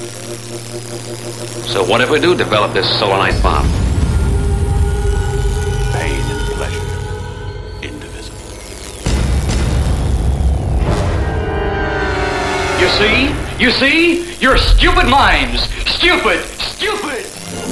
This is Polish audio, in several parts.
So what if we do develop this solanite bomb? Pain and pleasure, indivisible. You see? You see? Your stupid minds! Stupid! Stupid!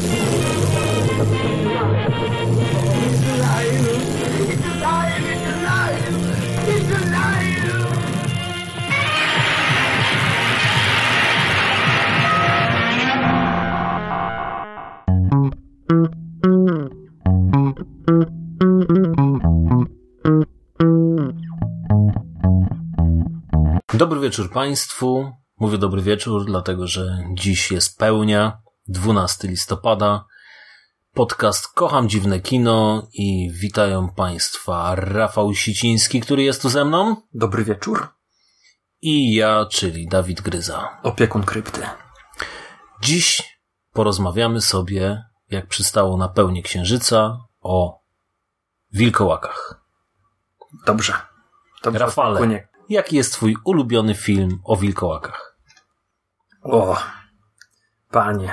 Dobry wieczór Państwu. Mówię dobry wieczór, dlatego że dziś jest pełnia, 12 listopada. Podcast Kocham Dziwne Kino i witają Państwa Rafał Siciński, który jest tu ze mną. Dobry wieczór. I ja, czyli Dawid Gryza. Opiekun krypty. Dziś porozmawiamy sobie, jak przystało na pełnię księżyca, o wilkołakach. Dobrze. Rafale, płynie. jaki jest twój ulubiony film o wilkołakach? O, panie.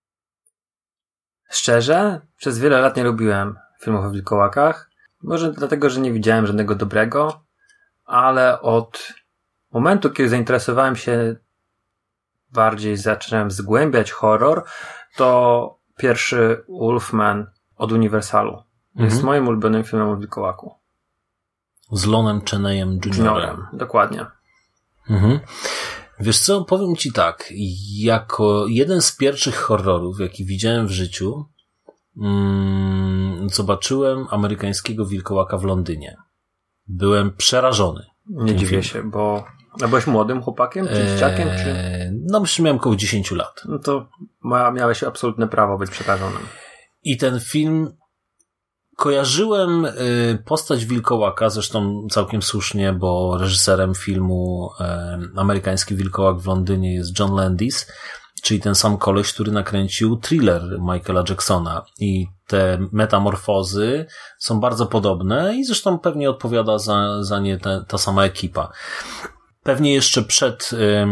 Szczerze, przez wiele lat nie lubiłem filmów o wilkołakach. Może dlatego, że nie widziałem żadnego dobrego, ale od momentu, kiedy zainteresowałem się bardziej, zacząłem zgłębiać horror, to pierwszy Wolfman od Uniwersalu. Jest moim ulubionym filmem o wilkołaku. Z Lonem Chaneyem Jr. Dokładnie. Mhm. Wiesz co, powiem ci tak, jako jeden z pierwszych horrorów, jaki widziałem w życiu, zobaczyłem amerykańskiego wilkołaka w Londynie. Byłem przerażony. Nie dziwię się, bo byłeś młodym chłopakiem, czy dzieciakiem, czy... No, myślę, miałem około 10 lat. No to miałeś absolutne prawo być przerażonym. I ten film... Kojarzyłem postać wilkołaka, zresztą całkiem słusznie, bo reżyserem filmu Amerykański Wilkołak w Londynie jest John Landis, czyli ten sam koleś, który nakręcił Thriller Michaela Jacksona. I te metamorfozy są bardzo podobne i zresztą pewnie odpowiada za nie ta sama ekipa. Pewnie jeszcze przed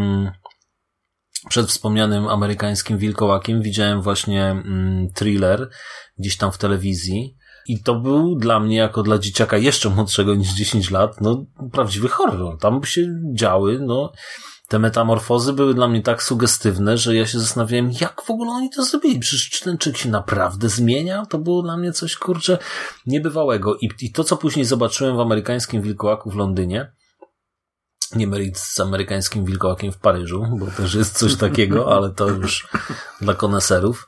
wspomnianym Amerykańskim Wilkołakiem widziałem właśnie Thriller gdzieś tam w telewizji. I to był dla mnie, jako dla dzieciaka jeszcze młodszego niż 10 lat, no prawdziwy horror. Tam się działy, no te metamorfozy były dla mnie tak sugestywne, że ja się zastanawiałem, jak w ogóle oni to zrobili. Przecież czy ten człowiek się naprawdę zmienia? To było dla mnie coś, kurczę, niebywałego. I to, co później zobaczyłem w Amerykańskim Wilkołaku w Londynie, nie mylić z Amerykańskim Wilkołakiem w Paryżu, bo też jest coś takiego, ale to już dla koneserów.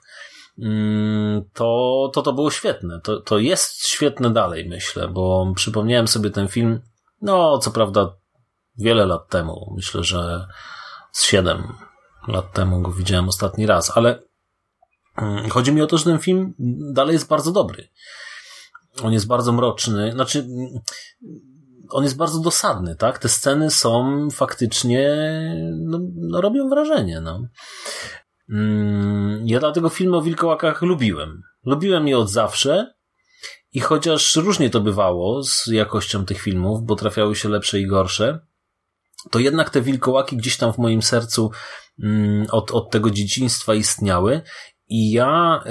To było świetne. To jest świetne dalej, myślę, bo przypomniałem sobie ten film, no co prawda wiele lat temu, myślę, że z 7 lat temu go widziałem ostatni raz, ale chodzi mi o to, że ten film dalej jest bardzo dobry. On jest bardzo mroczny, znaczy on jest bardzo dosadny, tak? Te sceny są faktycznie, no robią wrażenie, no. Ja dlatego filmy o wilkołakach lubiłem. Lubiłem je od zawsze i chociaż różnie to bywało z jakością tych filmów, bo trafiały się lepsze i gorsze, to jednak te wilkołaki gdzieś tam w moim sercu od tego dzieciństwa istniały i ja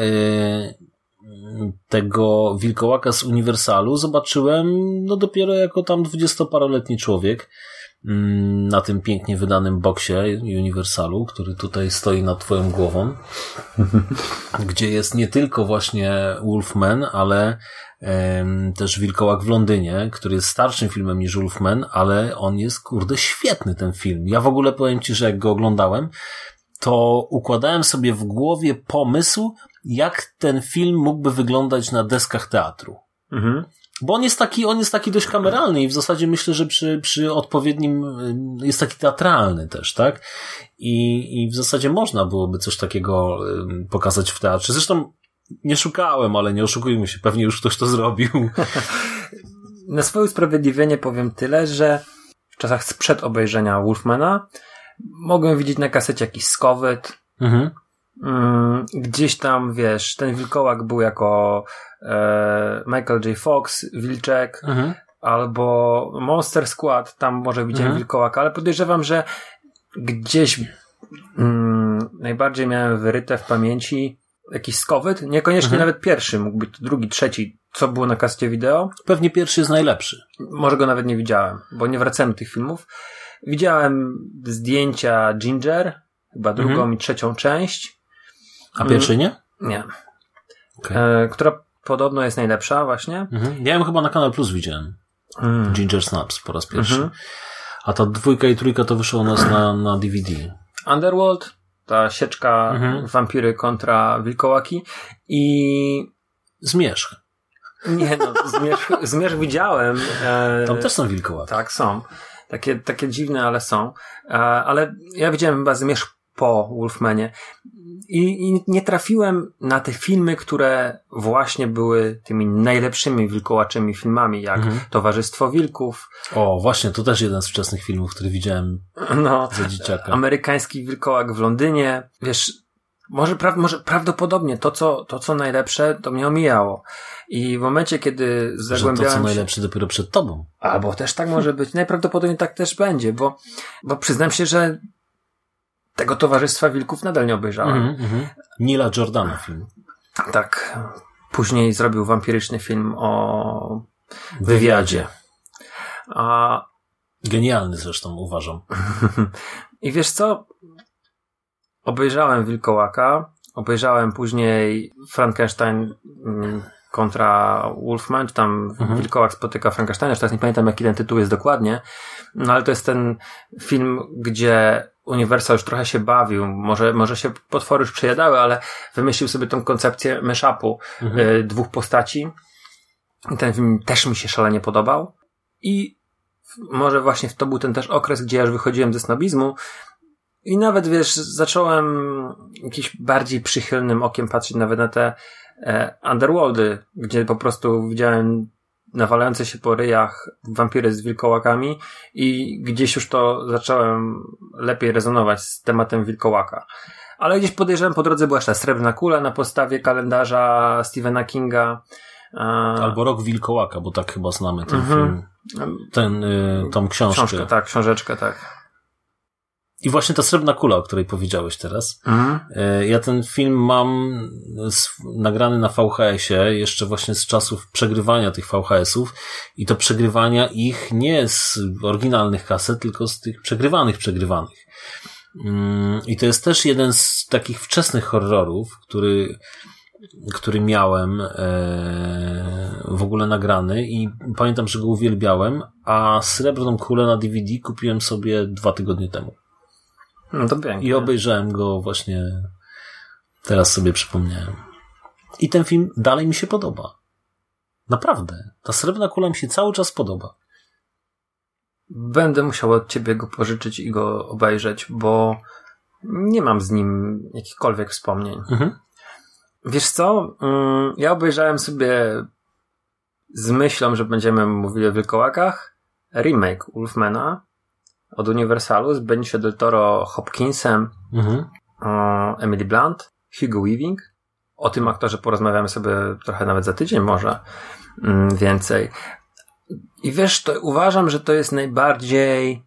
tego wilkołaka z Uniwersalu zobaczyłem no dopiero jako tam 20-paroletni człowiek na tym pięknie wydanym boksie Uniwersalu, który tutaj stoi nad twoją głową, gdzie jest nie tylko właśnie Wolfman, ale też Wilkołak w Londynie, który jest starszym filmem niż Wolfman, ale on jest, kurde, świetny ten film. Ja w ogóle powiem ci, że jak go oglądałem, to układałem sobie w głowie pomysł, jak ten film mógłby wyglądać na deskach teatru. Mhm. Bo on jest taki dość kameralny i w zasadzie myślę, że przy odpowiednim jest taki teatralny też, tak? I w zasadzie można byłoby coś takiego pokazać w teatrze. Zresztą nie szukałem, ale nie oszukujmy się, pewnie już ktoś to zrobił. Na swoje usprawiedliwienie powiem tyle, że w czasach sprzed obejrzenia Wolfmana mogłem widzieć na kasecie jakiś skowyt. Mhm. Gdzieś tam, wiesz, ten wilkołak był jako Michael J. Fox, Wilczek, albo Monster Squad, tam może widziałem wilkołaka, ale podejrzewam, że gdzieś najbardziej miałem wyryte w pamięci jakiś skowyt, niekoniecznie nawet pierwszy, mógł być drugi, trzeci, co było na kaście wideo. Pewnie pierwszy jest najlepszy. Może go nawet nie widziałem, bo nie wracałem do tych filmów. Widziałem zdjęcia Ginger, chyba drugą i trzecią część. A pierwszy nie? Nie. Okay. Która podobno jest najlepsza właśnie. Ja ją chyba na Kanal Plus widziałem. Ginger Snaps po raz pierwszy. A ta 2 i 3 to wyszło u nas na DVD. Underworld, ta sieczka wampiry kontra wilkołaki i... Zmierzch. Nie no, Zmierzch widziałem. Tam też są wilkołaki. Tak, są. Takie dziwne, ale są. Ale ja widziałem chyba Zmierzch po Wolfmanie. I nie trafiłem na te filmy, które właśnie były tymi najlepszymi wilkołaczymi filmami, jak Towarzystwo Wilków. O, właśnie, to też jeden z wczesnych filmów, który widziałem za dzieciaka. Amerykański wilkołak w Londynie. Wiesz, może prawdopodobnie to, co najlepsze, to mnie omijało. I w momencie, kiedy zagłębiałem to, co się... najlepsze dopiero przed tobą. Albo też tak może być. Najprawdopodobniej tak też będzie, bo przyznam się, że tego Towarzystwa Wilków nadal nie obejrzałem. Nila Jordana film. Tak. Później zrobił wampiryczny film o wywiadzie. Genialny zresztą, uważam. I wiesz co? Obejrzałem Wilkołaka, obejrzałem później Frankenstein kontra Wolfman, czy tam Wilkołak spotyka Frankensteina, teraz nie pamiętam jaki ten tytuł jest dokładnie, no ale to jest ten film, gdzie Universal już trochę się bawił, może się potwory już przejadały, ale wymyślił sobie tą koncepcję mashupu dwóch postaci. Ten film też mi się szalenie podobał i może właśnie to był ten też okres, gdzie ja już wychodziłem ze snobizmu i nawet wiesz, zacząłem jakimś bardziej przychylnym okiem patrzeć nawet na te Underworldy, gdzie po prostu widziałem nawalające się po ryjach wampiry z wilkołakami i gdzieś już to zacząłem lepiej rezonować z tematem wilkołaka. Ale gdzieś podejrzewam, po drodze była jeszcze Srebrna Kula na podstawie kalendarza Stephena Kinga. Albo Rok Wilkołaka, bo tak chyba znamy ten film. Tą książkę. Tak, książeczkę, tak. I właśnie ta Srebrna Kula, o której powiedziałeś teraz. Ja ten film mam nagrany na VHS-ie, jeszcze właśnie z czasów przegrywania tych VHS-ów i to przegrywania ich nie z oryginalnych kaset, tylko z tych przegrywanych. I to jest też jeden z takich wczesnych horrorów, który miałem w ogóle nagrany i pamiętam, że go uwielbiałem, a Srebrną Kulę na DVD kupiłem sobie 2 tygodnie temu. No to pięknie. I obejrzałem go właśnie, teraz sobie przypomniałem. I ten film dalej mi się podoba. Naprawdę. Ta Srebrna Kula mi się cały czas podoba. Będę musiał od ciebie go pożyczyć i go obejrzeć, bo nie mam z nim jakichkolwiek wspomnień. Wiesz co? Ja obejrzałem sobie z myślą, że będziemy mówili o wilkołakach, remake Wolfmana od Universalu z Benicio del Toro, Hopkinsem, Emily Blunt, Hugo Weaving. O tym aktorze porozmawiamy sobie trochę nawet za tydzień może więcej. I wiesz, to uważam, że to jest najbardziej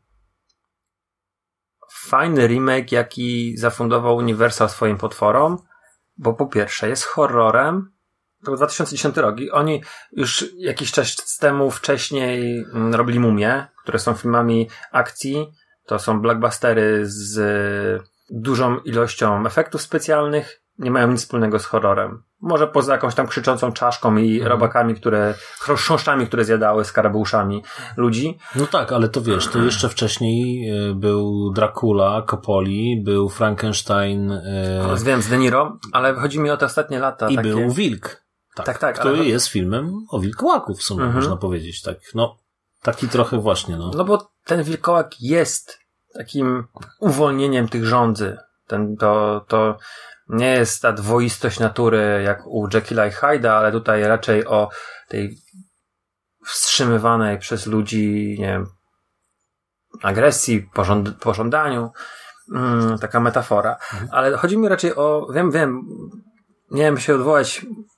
fajny remake, jaki zafundował Universal swoim potworom, bo po pierwsze jest horrorem. To był 2010 rok i oni już jakiś czas temu wcześniej robili Mumie, które są filmami akcji. To są blockbustery z dużą ilością efektów specjalnych. Nie mają nic wspólnego z horrorem. Może poza jakąś tam krzyczącą czaszką i robakami, chrząszczami, które zjadały skarabeuszami ludzi. No tak, ale to wiesz, to jeszcze wcześniej był Dracula, Coppoli, był Frankenstein. Wiem, z De Niro, ale chodzi mi o te ostatnie lata. I był Wilk. Tak, który jest filmem o wilkołaku w sumie, można powiedzieć. Tak, no, taki trochę właśnie, no. No bo ten wilkołak jest takim uwolnieniem tych żądzy. To nie jest ta dwoistość natury jak u Jekylla i Hyde'a, ale tutaj raczej o tej wstrzymywanej przez ludzi, nie wiem, agresji, pożądaniu. Taka metafora. Ale chodzi mi raczej o, wiem, nie wiem się odwołać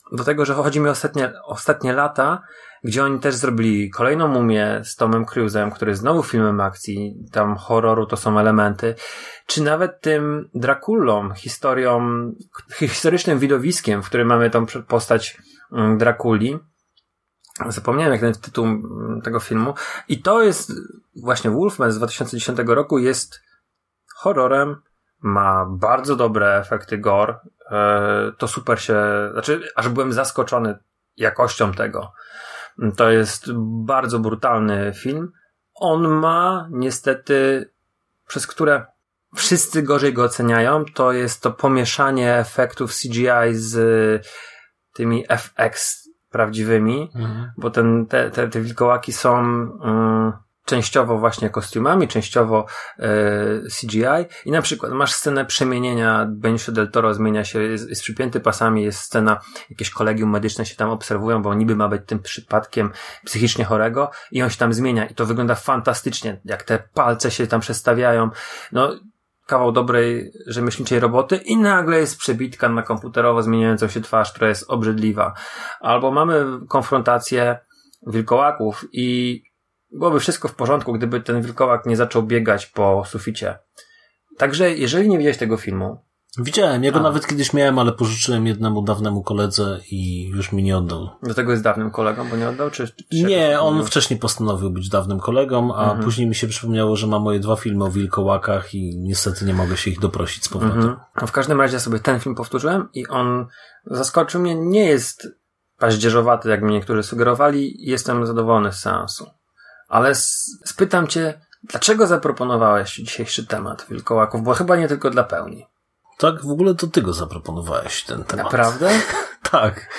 do tego, że chodzi mi o ostatnie lata, gdzie oni też zrobili kolejną Mumię z Tomem Cruise'em, który jest znowu filmem akcji, tam horroru to są elementy, czy nawet tym Draculą, historycznym widowiskiem, w którym mamy tą postać Drakuli. Zapomniałem jak ten tytuł tego filmu. I to jest właśnie Wolfman z 2010 roku, jest horrorem, ma bardzo dobre efekty gore, to super aż byłem zaskoczony jakością tego. To jest bardzo brutalny film. On ma niestety, przez które wszyscy gorzej go oceniają, to jest to pomieszanie efektów CGI z tymi FX prawdziwymi, bo te wilkołaki są częściowo właśnie kostiumami, częściowo CGI i na przykład masz scenę przemienienia, Benicio del Toro zmienia się, jest przypięty pasami, jest scena, jakieś kolegium medyczne się tam obserwują, bo niby ma być tym przypadkiem psychicznie chorego i on się tam zmienia i to wygląda fantastycznie, jak te palce się tam przestawiają, no kawał dobrej rzemieślniczej roboty i nagle jest przebitka na komputerowo zmieniającą się twarz, która jest obrzydliwa. Albo mamy konfrontację wilkołaków i byłoby wszystko w porządku, gdyby ten wilkołak nie zaczął biegać po suficie. Także jeżeli nie widziałeś tego filmu... Widziałem, ja go nawet kiedyś miałem, ale pożyczyłem jednemu dawnemu koledze i już mi nie oddał. Do tego jest dawnym kolegą, bo nie oddał? Czy nie, on wcześniej postanowił być dawnym kolegą, a później mi się przypomniało, że ma moje 2 filmy o wilkołakach i niestety nie mogę się ich doprosić z powrotem. W każdym razie sobie ten film powtórzyłem i on zaskoczył mnie. Nie jest paździerzowaty, jak mi niektórzy sugerowali. Jestem zadowolony z seansu. Ale spytam cię, dlaczego zaproponowałeś dzisiejszy temat wilkołaków? Bo chyba nie tylko dla pełni. Tak, w ogóle to ty go zaproponowałeś, ten temat. Naprawdę? Tak.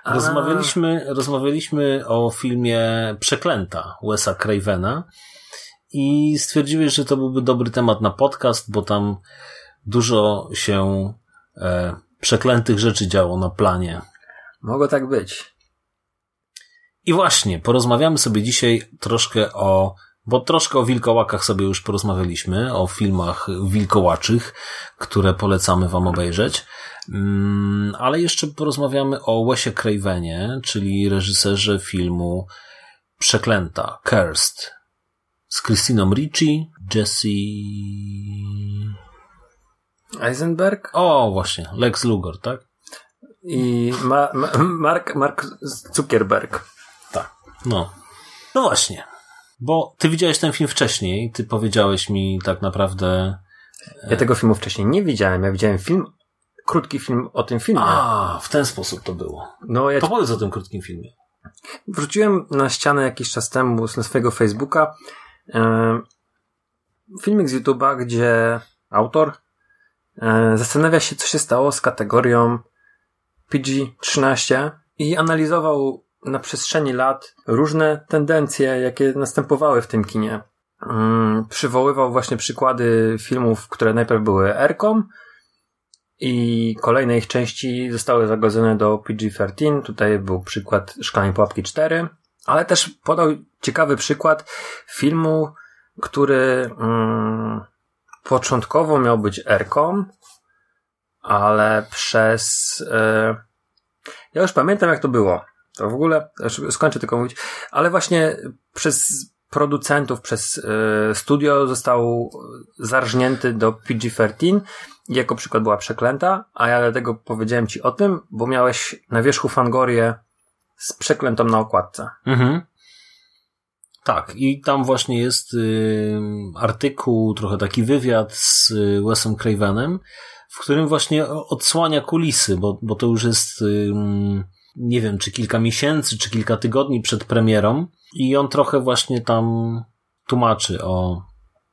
Rozmawialiśmy o filmie Przeklęta Wesa Cravena i stwierdziłeś, że to byłby dobry temat na podcast, bo tam dużo się przeklętych rzeczy działo na planie. Mogło tak być. I właśnie, porozmawiamy sobie dzisiaj troszkę o wilkołakach sobie już porozmawialiśmy, o filmach wilkołaczych, które polecamy wam obejrzeć, ale jeszcze porozmawiamy o Wesie Cravenie, czyli reżyserze filmu Przeklęta, Cursed, z Christiną Ricci, Jesse Eisenberg? O, właśnie, Lex Luthor, tak? I Mark Zuckerberg. Tak, no właśnie. Bo ty widziałeś ten film wcześniej, ty powiedziałeś mi tak naprawdę... Ja tego filmu wcześniej nie widziałem, ja widziałem krótki film o tym filmie. A, w ten sposób to było. No, to powiedz o tym krótkim filmie. Wrzuciłem na ścianę jakiś czas temu na swojego Facebooka filmik z YouTube'a, gdzie autor zastanawia się, co się stało z kategorią PG-13 i analizował na przestrzeni lat różne tendencje, jakie następowały w tym kinie. Przywoływał właśnie przykłady filmów, które najpierw były R-kom i kolejne ich części zostały zagodzone do PG-13. Tutaj był przykład Szklanej Pułapki 4, ale też podał ciekawy przykład filmu, który początkowo miał być R-kom, ale ja już pamiętam, jak to było. To w ogóle, skończę tylko mówić, ale właśnie przez producentów, przez studio został zarżnięty do PG-13 i jako przykład była Przeklęta, a ja dlatego powiedziałem ci o tym, bo miałeś na wierzchu Fangorię z Przeklętą na okładce. Tak, i tam właśnie jest artykuł, trochę taki wywiad z Wesem Cravenem, w którym właśnie odsłania kulisy, bo to już jest nie wiem, czy kilka miesięcy, czy kilka tygodni przed premierą i on trochę właśnie tam tłumaczy o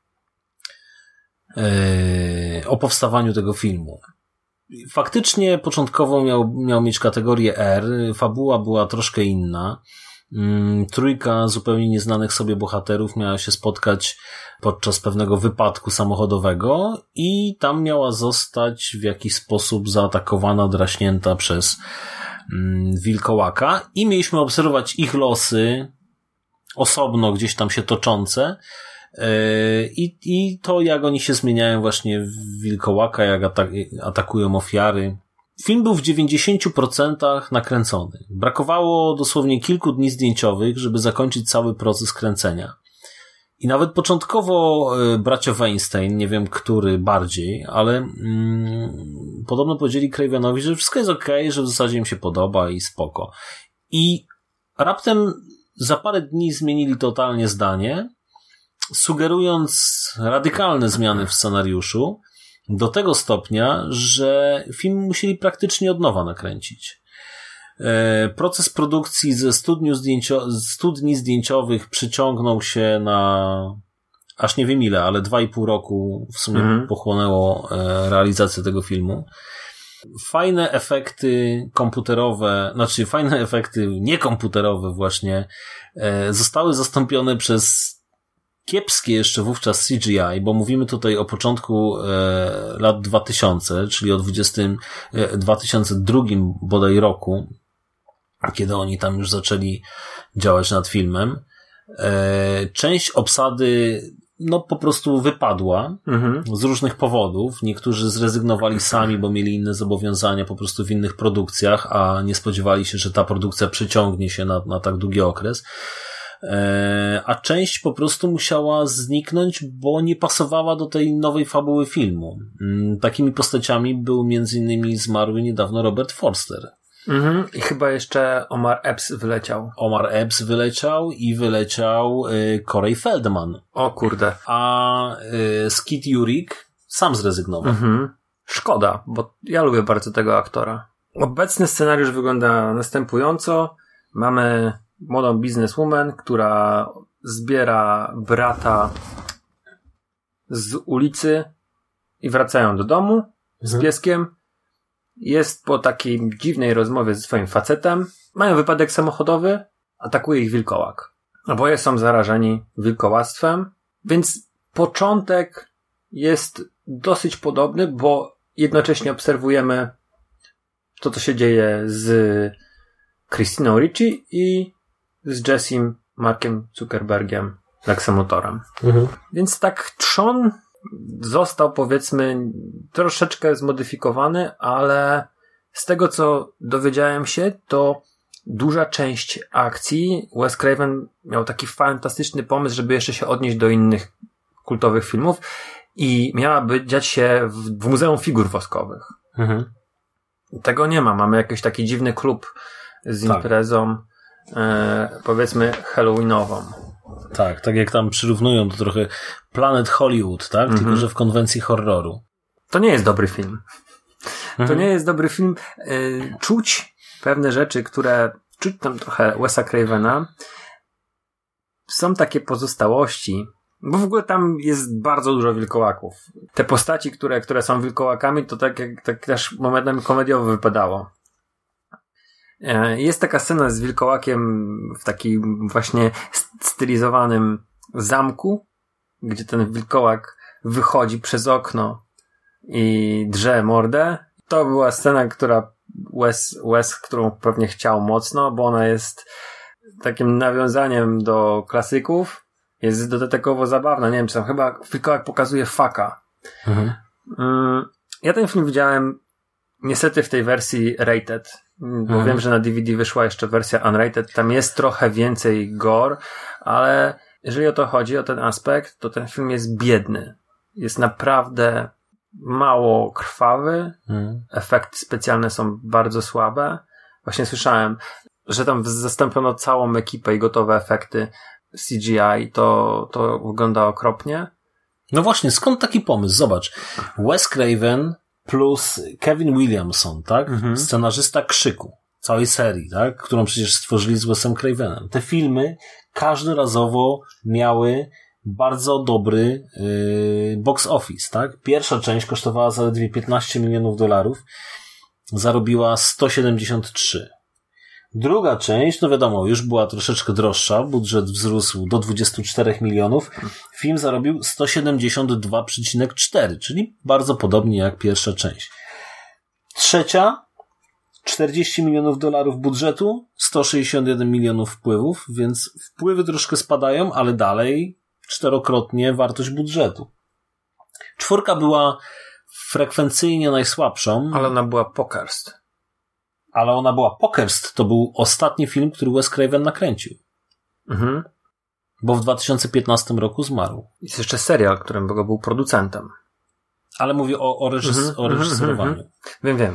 powstawaniu tego filmu. Faktycznie początkowo miał mieć kategorię R, fabuła była troszkę inna. Trójka zupełnie nieznanych sobie bohaterów miała się spotkać podczas pewnego wypadku samochodowego i tam miała zostać w jakiś sposób zaatakowana, draśnięta przez wilkołaka i mieliśmy obserwować ich losy osobno gdzieś tam się toczące i to jak oni się zmieniają właśnie w wilkołaka, jak atakują ofiary film był w 90% nakręcony. Brakowało dosłownie kilku dni zdjęciowych, żeby zakończyć cały proces kręcenia. I nawet początkowo bracia Weinstein, nie wiem który bardziej, ale podobno powiedzieli Cravenowi, że wszystko jest okej, że w zasadzie im się podoba i spoko. I raptem za parę dni zmienili totalnie zdanie, sugerując radykalne zmiany w scenariuszu do tego stopnia, że film musieli praktycznie od nowa nakręcić. Proces produkcji ze 100 dni zdjęciowych przyciągnął się na aż nie wiem ile, ale 2,5 roku w sumie pochłonęło realizację tego filmu. Fajne efekty komputerowe, znaczy fajne efekty niekomputerowe właśnie zostały zastąpione przez kiepskie jeszcze wówczas CGI, bo mówimy tutaj o początku lat 2000, czyli o 2002 bodaj roku, kiedy oni tam już zaczęli działać nad filmem. Część obsady no po prostu wypadła z różnych powodów. Niektórzy zrezygnowali sami, bo mieli inne zobowiązania po prostu w innych produkcjach, a nie spodziewali się, że ta produkcja przeciągnie się na tak długi okres. A część po prostu musiała zniknąć, bo nie pasowała do tej nowej fabuły filmu. Takimi postaciami był m.in. zmarły niedawno Robert Forster. I chyba jeszcze Omar Epps wyleciał. Omar Epps wyleciał i wyleciał Corey Feldman. O kurde. A Skid Jurik sam zrezygnował. Szkoda, bo ja lubię bardzo tego aktora. Obecny scenariusz wygląda następująco. Mamy młodą bizneswoman, która zbiera brata z ulicy i wracają do domu z pieskiem. Jest po takiej dziwnej rozmowie ze swoim facetem. Mają wypadek samochodowy, atakuje ich wilkołak. Oboje są zarażeni wilkołactwem, więc początek jest dosyć podobny, bo jednocześnie obserwujemy to, co się dzieje z Christiną Ricci i z Jessim Markiem Zuckerbergiem, Lexamotorem. Więc tak trzon został, powiedzmy, troszeczkę zmodyfikowany, ale z tego, co dowiedziałem się, to duża część akcji Wes Craven miał taki fantastyczny pomysł, żeby jeszcze się odnieść do innych kultowych filmów i miałaby dziać się w Muzeum Figur Woskowych. Tego nie ma. Mamy jakiś taki dziwny klub z imprezą, powiedzmy, halloweenową. Tak jak tam przyrównują to trochę Planet Hollywood, tak? Tylko, że w konwencji horroru. To nie jest dobry film. To nie jest dobry film. Czuć pewne rzeczy, czuć tam trochę Wesa Cravena. Są takie pozostałości, bo w ogóle tam jest bardzo dużo wilkołaków. Te postaci, które są wilkołakami, to tak też momentami komediowo wypadało. Jest taka scena z wilkołakiem w takim właśnie stylizowanym zamku, gdzie ten wilkołak wychodzi przez okno i drze mordę. To była scena, którą pewnie chciał mocno, bo ona jest takim nawiązaniem do klasyków. Jest dodatkowo zabawna. Nie wiem, czy tam chyba wilkołak pokazuje faka. Ja ten film widziałem niestety w tej wersji rated, bo wiem, że na DVD wyszła jeszcze wersja unrated. Tam jest trochę więcej gore, ale jeżeli o to chodzi, o ten aspekt, to ten film jest biedny. Jest naprawdę mało krwawy. Efekty specjalne są bardzo słabe. Właśnie słyszałem, że tam zastąpiono całą ekipę i gotowe efekty CGI. To wygląda okropnie. No właśnie, skąd taki pomysł? Zobacz. Wes Craven plus Kevin Williamson, tak? Scenarzysta Krzyku, całej serii, tak? Którą przecież stworzyli z Wesem Cravenem. Te filmy każdorazowo miały bardzo dobry box office, tak? Pierwsza część kosztowała zaledwie $15 milionów, zarobiła 173. Druga część, no wiadomo, już była troszeczkę droższa, budżet wzrósł do 24 milionów, film zarobił 172,4, czyli bardzo podobnie jak pierwsza część. Trzecia, $40 milionów budżetu, 161 milionów wpływów, więc wpływy troszkę spadają, ale dalej 4-krotnie wartość budżetu. Czwórka była frekwencyjnie najsłabszą. Ale ona była Pokerst. Ale ona była Pokerst. To był ostatni film, który Wes Craven nakręcił. Mhm. Bo w 2015 roku zmarł. Jest jeszcze serial, którym był producentem. Ale mówię o reżyserowaniu. Wiem.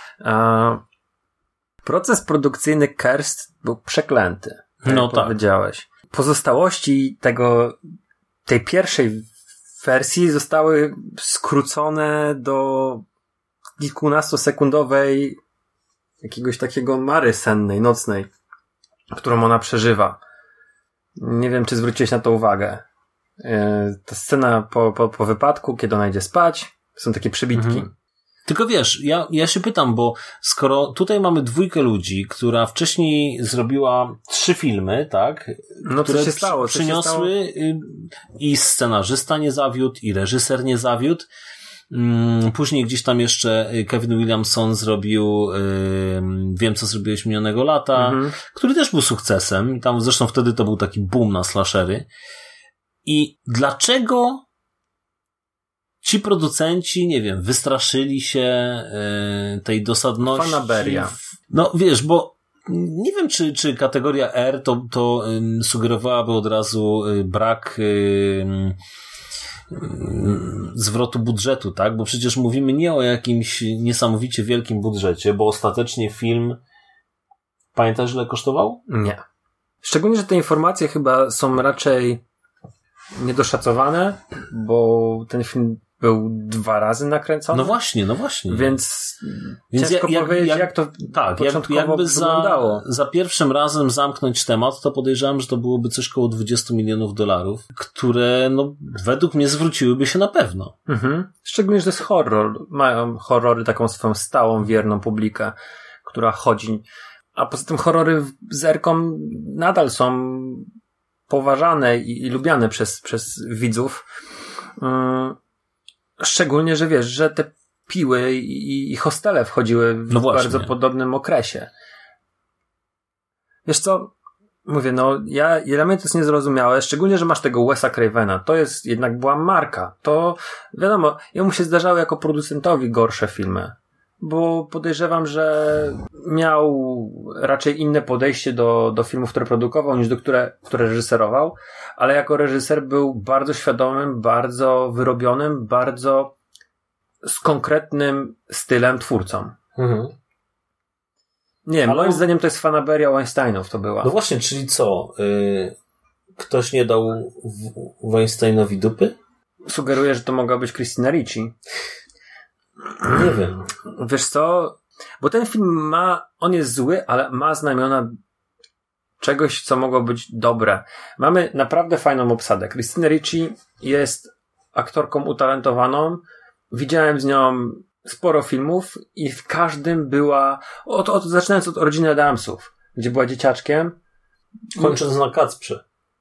Proces produkcyjny Kerst był przeklęty. No tak. Powiedziałeś. Pozostałości tej pierwszej wersji zostały skrócone do kilkunastosekundowej jakiegoś takiego mary sennej, nocnej, którą ona przeżywa. Nie wiem, czy zwróciłeś na to uwagę. Ta scena po wypadku, kiedy ona idzie spać, są takie przybitki. Tylko wiesz, ja się pytam, bo skoro tutaj mamy 2 ludzi, która wcześniej zrobiła 3 filmy, tak? No które co się stało? Przyniosły i scenarzysta nie zawiódł, i reżyser nie zawiódł. Później gdzieś tam jeszcze Kevin Williamson zrobił Wiem, co zrobiłeś minionego lata, który też był sukcesem. I tam zresztą wtedy to był taki boom na slashery. I dlaczego ci producenci, nie wiem, wystraszyli się tej dosadności? Fanaberia. No wiesz, bo nie wiem, czy kategoria R to sugerowałaby od razu brak zwrotu budżetu, tak? Bo przecież mówimy nie o jakimś niesamowicie wielkim budżecie, bo ostatecznie film, pamiętasz, ile kosztował? Nie. Szczególnie, że te informacje chyba są raczej niedoszacowane, bo ten film był 2 razy nakręcony. No właśnie. Więc ciężko powiedzieć, jak to początkowo wyglądało. Za pierwszym razem zamknąć temat, to podejrzewam, że to byłoby coś koło $20 milionów, które według mnie zwróciłyby się na pewno. Szczególnie, że to jest horror. Mają horrory taką swoją stałą, wierną publikę, która chodzi. A poza tym horrory z Erką nadal są poważane i lubiane przez widzów. Szczególnie, że wiesz, że te piły i hostele wchodziły w bardzo podobnym okresie. Wiesz co? Mówię, dla mnie to jest niezrozumiałe, szczególnie, że masz tego Wesa Cravena. To jest jednak była marka. To wiadomo, jemu się zdarzały jako producentowi gorsze filmy. Bo podejrzewam, że miał raczej inne podejście do filmów, które produkował, niż do które reżyserował, ale jako reżyser był bardzo świadomym, bardzo wyrobionym, bardzo z konkretnym stylem twórcą. Nie wiem, moim zdaniem to jest fanaberia Weinsteinów to była. No właśnie, czyli co? Ktoś nie dał Weinsteinowi dupy? Sugeruję, że to mogła być Christina Ricci. Nie wiem. Wiesz co? Bo ten film on jest zły, ale ma znamiona czegoś, co mogło być dobre. Mamy naprawdę fajną obsadę. Christina Ricci jest aktorką utalentowaną. Widziałem z nią sporo filmów i w każdym była, zaczynając od Rodziny Adamsów, gdzie była dzieciaczkiem. Kończąc na Kacprze.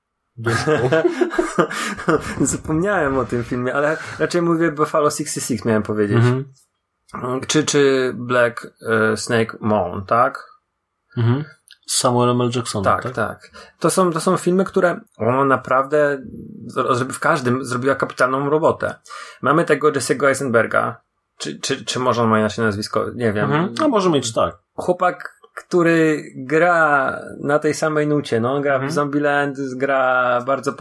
Zapomniałem o tym filmie, ale raczej mówię Buffalo 66, miałem powiedzieć. Czy Black Snake Moan, tak? Samuelem L. Jacksonem, tak. To są filmy, które ona naprawdę w każdym zrobiła kapitalną robotę. Mamy tego Jesse'ego Eisenberga, czy może on ma inaczej nazwisko, nie wiem. A może mieć tak. Chłopak, który gra na tej samej nucie. On gra w Zombieland, gra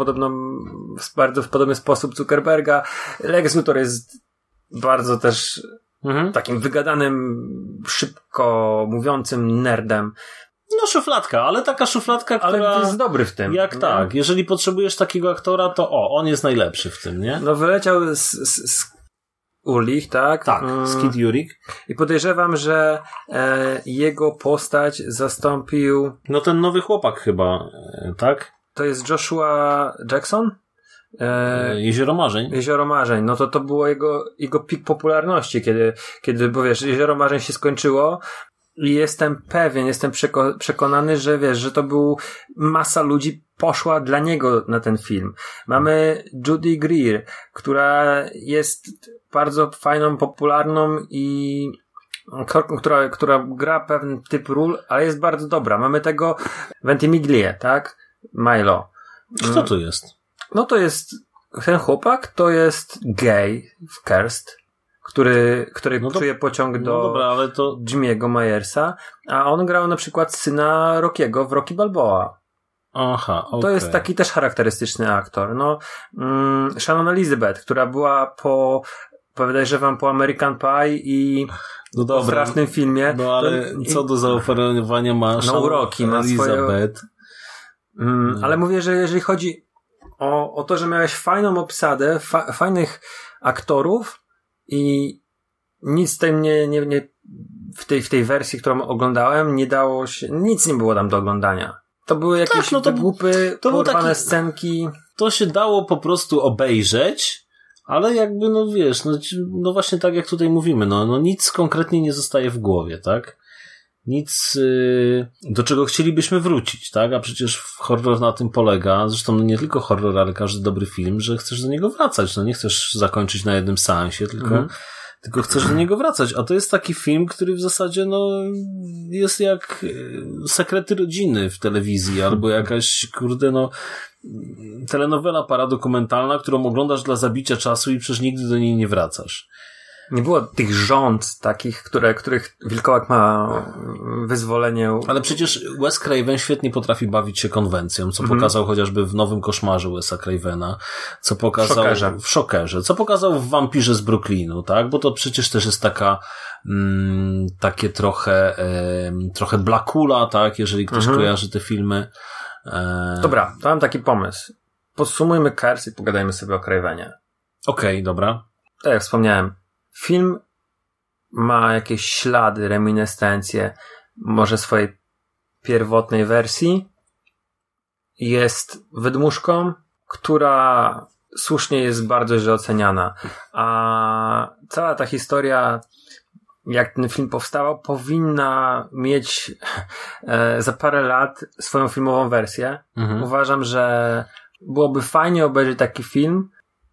w podobny sposób Zuckerberga. Lex Luthor jest bardzo też takim wygadanym, szybko mówiącym nerdem. No szufladka, ale taka szufladka, która... Ale jest dobry w tym. Jak tak. Jeżeli potrzebujesz takiego aktora, to on jest najlepszy w tym, nie? Wyleciał z Urlich, tak? Tak, z Kid Jurik. I podejrzewam, że jego postać zastąpił... No ten nowy chłopak chyba, tak? To jest Joshua Jackson? Jezioro Marzeń. Jezioro Marzeń. No to było jego pik popularności, kiedy bo wiesz, Jezioro Marzeń się skończyło i jestem przekonany, że wiesz, że to był masa ludzi poszła dla niego na ten film. Mamy Judy Greer, która jest bardzo fajną, popularną i która gra pewien typ ról, ale jest bardzo dobra. Mamy tego Ventimiglia, tak? Milo. Kto to jest? No to jest ten chłopak, to jest gay w Kerst. który No to- czuje pociąg do No dobra, ale to... Jimmy'ego Myersa, a on grał na przykład syna Rockiego w Rocky Balboa. Aha, okej. To jest taki też charakterystyczny aktor. No, Shannon Elizabeth, która była podejrzewam po American Pie i No po dobra, strasznym filmie. no ale co do zaoferowania ma No Rocky ma Elizabeth. Ale mówię, że jeżeli chodzi o to, że miałeś fajną obsadę, fajnych aktorów i nic tutaj nie w tej wersji, którą oglądałem, nie dało się, nic nie było tam do oglądania. To były jakieś wygłupy, porwane scenki. To się dało po prostu obejrzeć, ale jakby, no wiesz, no właśnie tak jak tutaj mówimy, no nic konkretnie nie zostaje w głowie, tak? Nic, do czego chcielibyśmy wrócić, tak? A przecież horror na tym polega, zresztą nie tylko horror, ale każdy dobry film, że chcesz do niego wracać, no nie chcesz zakończyć na jednym seansie, tylko chcesz do niego wracać, a to jest taki film, który w zasadzie, no, jest jak Sekrety rodziny w telewizji, albo jakaś, kurde, no, telenowela paradokumentalna, którą oglądasz dla zabicia czasu i przecież nigdy do niej nie wracasz. Nie było tych rząd takich, których Wilkołak ma wyzwolenie. Ale przecież Wes Craven świetnie potrafi bawić się konwencją, co pokazał chociażby w Nowym Koszmarze Wesa Cravena, co pokazał w Szokerze, co pokazał w Wampirze z Brooklynu, tak? Bo to przecież też jest takie trochę Blackula, tak? Jeżeli ktoś kojarzy te filmy. Dobra, to mam taki pomysł. Podsumujmy Curse i pogadajmy sobie o Cravenie. Okej, dobra. Tak jak wspomniałem, film ma jakieś ślady, reminiscencje, może swojej pierwotnej wersji. Jest wydmuszką, która słusznie jest bardzo źle oceniana. A cała ta historia, jak ten film powstawał, powinna mieć za parę lat swoją filmową wersję. Uważam, że byłoby fajnie obejrzeć taki film,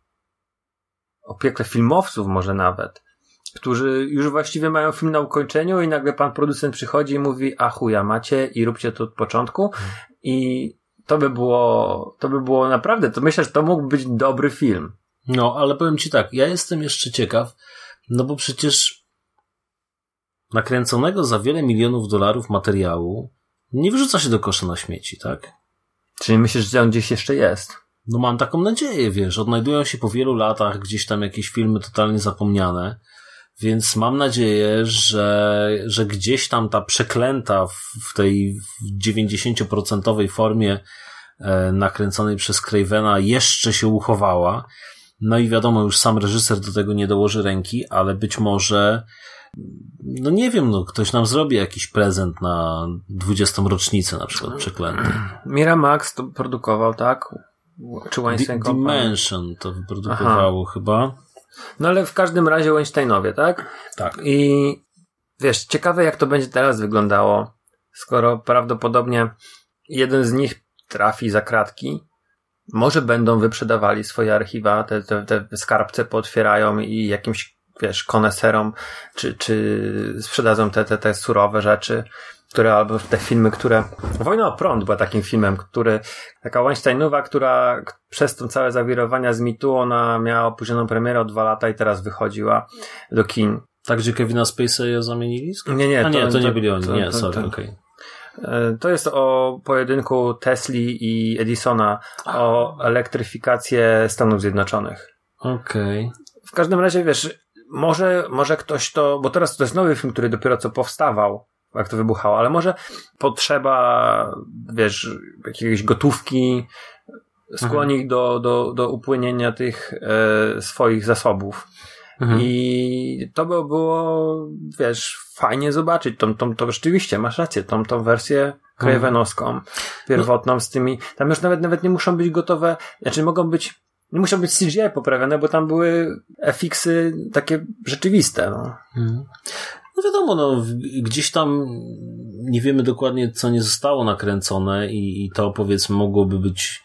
o piekle filmowców może nawet, którzy już właściwie mają film na ukończeniu i nagle pan producent przychodzi i mówi, a chuja macie i róbcie to od początku i to by było naprawdę, to myślę, że to mógł być dobry film. No, ale powiem ci tak, ja jestem jeszcze ciekaw, no bo przecież nakręconego za wiele milionów dolarów materiału nie wyrzuca się do kosza na śmieci, tak? Czyli myślisz, że on gdzieś jeszcze jest? No mam taką nadzieję, wiesz, odnajdują się po wielu latach gdzieś tam jakieś filmy totalnie zapomniane, więc mam nadzieję, że gdzieś tam ta przeklęta w tej 90% formie nakręconej przez Cravena jeszcze się uchowała. No i wiadomo, już sam reżyser do tego nie dołoży ręki, ale być może, no nie wiem, no ktoś nam zrobi jakiś prezent na 20. rocznicę na przykład przeklęty. Miramax to produkował, tak? Czy Weinstein Company? Dimension to wyprodukowało chyba. No ale w każdym razie Weinsteinowie, tak? Tak. I wiesz, ciekawe jak to będzie teraz wyglądało, skoro prawdopodobnie jeden z nich trafi za kratki. Może będą wyprzedawali swoje archiwa, te skarbce pootwierają i jakimś, wiesz, koneserom, czy sprzedadzą te surowe rzeczy, które, albo te filmy, które... Wojna o prąd była takim filmem, taka Weinsteinowa, która przez to całe zawirowania z mitu, ona miała opóźnioną premierę o 2 lata i teraz wychodziła do kin. Tak, gdzie Kevina Spacey'a zamienili? Nie. To nie byli oni. Nie, sorry, okej. To jest o pojedynku Tesli i Edisona o elektryfikację Stanów Zjednoczonych. Okej. W każdym razie, wiesz, może ktoś bo teraz to jest nowy film, który dopiero co powstawał, jak to wybuchało, ale może potrzeba, wiesz, jakiejś gotówki skłoni ich do upłynienia tych swoich zasobów. I to by było, wiesz, fajnie zobaczyć to rzeczywiście, masz rację, tą wersję Cravenowską, pierwotną z tymi, tam już nawet nie muszą być gotowe, znaczy nie muszą być CGI poprawione, bo tam były FX-y takie rzeczywiste, no. No wiadomo, no, gdzieś tam nie wiemy dokładnie, co nie zostało nakręcone i to, powiedzmy, mogłoby być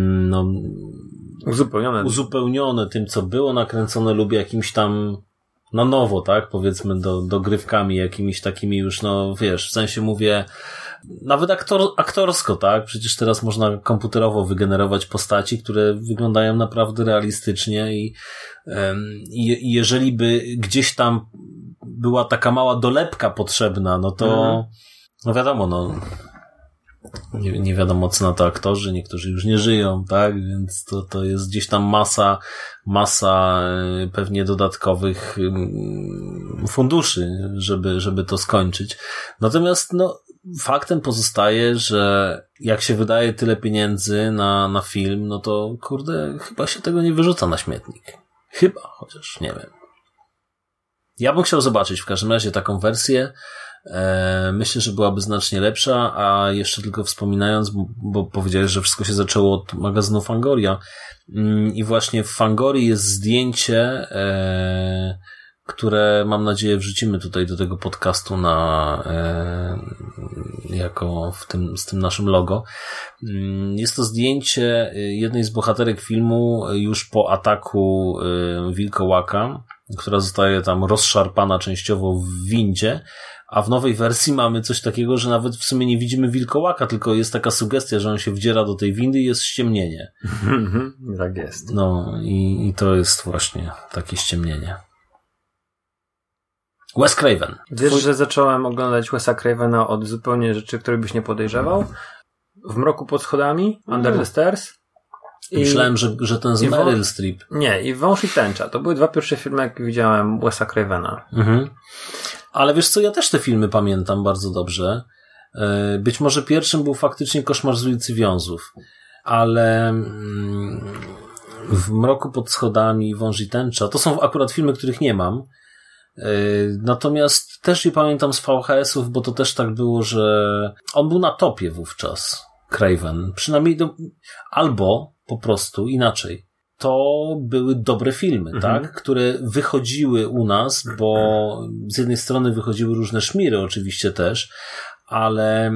uzupełnione tym, co było nakręcone lub jakimś tam na nowo, tak, powiedzmy, dogrywkami jakimiś takimi już, no wiesz, w sensie mówię, nawet aktorsko, tak, przecież teraz można komputerowo wygenerować postaci, które wyglądają naprawdę realistycznie i jeżeli by gdzieś tam była taka mała dolepka potrzebna, no to no wiadomo, no nie wiadomo co na to aktorzy, niektórzy już nie żyją, tak, więc to jest gdzieś tam masa pewnie dodatkowych funduszy, żeby to skończyć. Natomiast no faktem pozostaje, że jak się wydaje tyle pieniędzy na film, no to kurde, chyba się tego nie wyrzuca na śmietnik. Chyba, chociaż nie wiem. Ja bym chciał zobaczyć w każdym razie taką wersję. Myślę, że byłaby znacznie lepsza, a jeszcze tylko wspominając, bo powiedziałeś, że wszystko się zaczęło od magazynu Fangoria i właśnie w Fangorii jest zdjęcie, które mam nadzieję wrzucimy tutaj do tego podcastu jako z tym naszym logo. Jest to zdjęcie jednej z bohaterek filmu już po ataku wilkołaka, która zostaje tam rozszarpana częściowo w windzie, a w nowej wersji mamy coś takiego, że nawet w sumie nie widzimy wilkołaka, tylko jest taka sugestia, że on się wdziera do tej windy i jest ściemnienie. Tak jest. No i to jest właśnie takie ściemnienie. Wes Craven. Wiesz, że zacząłem oglądać Wesa Cravena od zupełnie rzeczy, których byś nie podejrzewał? W Mroku pod schodami, Under the Stairs. Myślałem, że ten z Meryl Streep. Nie, i Wąż i tęcza. To były 2 pierwsze filmy, jakie widziałem Wesa Cravena. Ale wiesz co, ja też te filmy pamiętam bardzo dobrze. Być może pierwszym był faktycznie Koszmar z ulicy Wiązów, ale w Mroku pod schodami, Wąż i tęcza, to są akurat filmy, których nie mam. Natomiast też je pamiętam z VHS-ów, bo to też tak było, że on był na topie wówczas, Craven. Przynajmniej albo po prostu inaczej. To były dobre filmy, tak? Które wychodziły u nas, bo z jednej strony wychodziły różne szmiry oczywiście też, ale